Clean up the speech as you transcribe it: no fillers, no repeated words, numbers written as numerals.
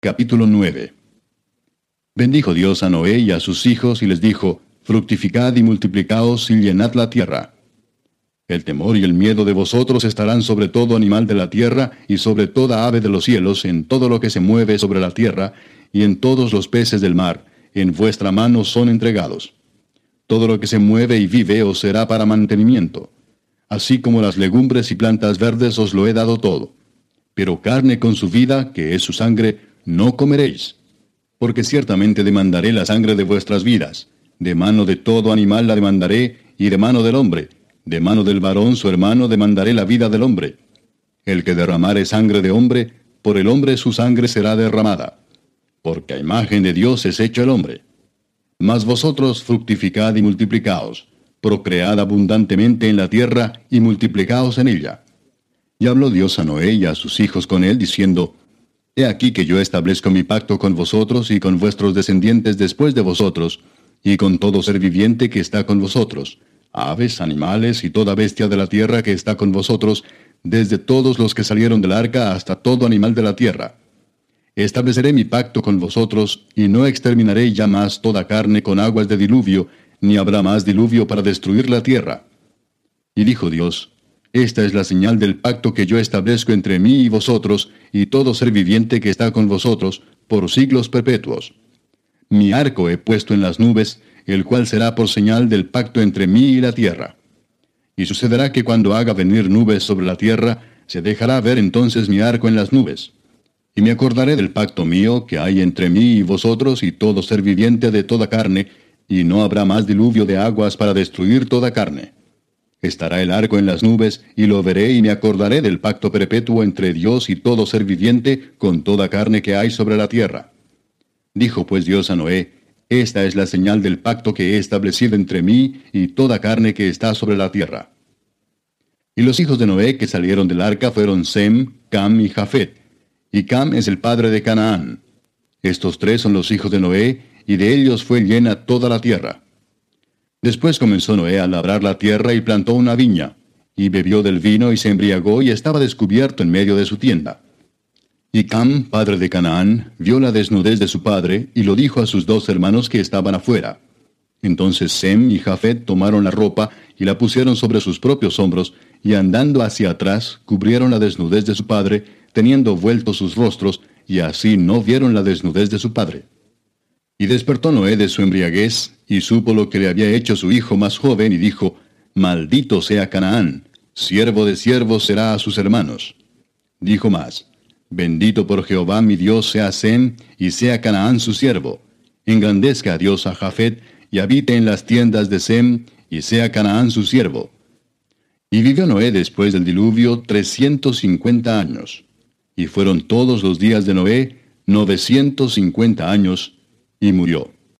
Capítulo 9. Bendijo Dios a Noé y a sus hijos y les dijo: Fructificad y multiplicaos y llenad la tierra. El temor y el miedo de vosotros estarán sobre todo animal de la tierra y sobre toda ave de los cielos, en todo lo que se mueve sobre la tierra, y en todos los peces del mar, en vuestra mano son entregados. Todo lo que se mueve y vive os será para mantenimiento. Así como las legumbres y plantas verdes os lo he dado todo. Pero carne con su vida, que es su sangre, no comeréis. Porque ciertamente demandaré la sangre de vuestras vidas. De mano de todo animal la demandaré, y de mano del hombre. De mano del varón su hermano demandaré la vida del hombre. El que derramare sangre de hombre, por el hombre su sangre será derramada. Porque a imagen de Dios es hecho el hombre. Mas vosotros fructificad y multiplicaos. Procread abundantemente en la tierra, y multiplicaos en ella. Y habló Dios a Noé y a sus hijos con él, diciendo: He aquí que yo establezco mi pacto con vosotros y con vuestros descendientes después de vosotros, y con todo ser viviente que está con vosotros, aves, animales y toda bestia de la tierra que está con vosotros, desde todos los que salieron del arca hasta todo animal de la tierra. Estableceré mi pacto con vosotros, y no exterminaré ya más toda carne con aguas de diluvio, ni habrá más diluvio para destruir la tierra. Y dijo Dios: Esta es la señal del pacto que yo establezco entre mí y vosotros, y todo ser viviente que está con vosotros, por siglos perpetuos. Mi arco he puesto en las nubes, el cual será por señal del pacto entre mí y la tierra. Y sucederá que cuando haga venir nubes sobre la tierra, se dejará ver entonces mi arco en las nubes. Y me acordaré del pacto mío que hay entre mí y vosotros y todo ser viviente de toda carne, y no habrá más diluvio de aguas para destruir toda carne. Estará el arco en las nubes, y lo veré y me acordaré del pacto perpetuo entre Dios y todo ser viviente, con toda carne que hay sobre la tierra. Dijo pues Dios a Noé: Esta es la señal del pacto que he establecido entre mí y toda carne que está sobre la tierra. Y los hijos de Noé que salieron del arca fueron Sem, Cam y Jafet. Y Cam es el padre de Canaán. Estos tres son los hijos de Noé, y de ellos fue llena toda la tierra. Después comenzó Noé a labrar la tierra y plantó una viña, y bebió del vino y se embriagó y estaba descubierto en medio de su tienda. Y Cam, padre de Canaán, vio la desnudez de su padre, y lo dijo a sus dos hermanos que estaban afuera. Entonces Sem y Jafet tomaron la ropa y la pusieron sobre sus propios hombros, y andando hacia atrás, cubrieron la desnudez de su padre, teniendo vueltos sus rostros, y así no vieron la desnudez de su padre. Y despertó Noé de su embriaguez, y supo lo que le había hecho su hijo más joven, y dijo: Maldito sea Canaán, siervo de siervos será a sus hermanos. Dijo más: Bendito por Jehová mi Dios sea Sem, y sea Canaán su siervo. Engrandezca a Dios a Jafet, y habite en las tiendas de Sem, y sea Canaán su siervo. Y vivió Noé después del diluvio 350 años. Y fueron todos los días de Noé 950 años, y murió.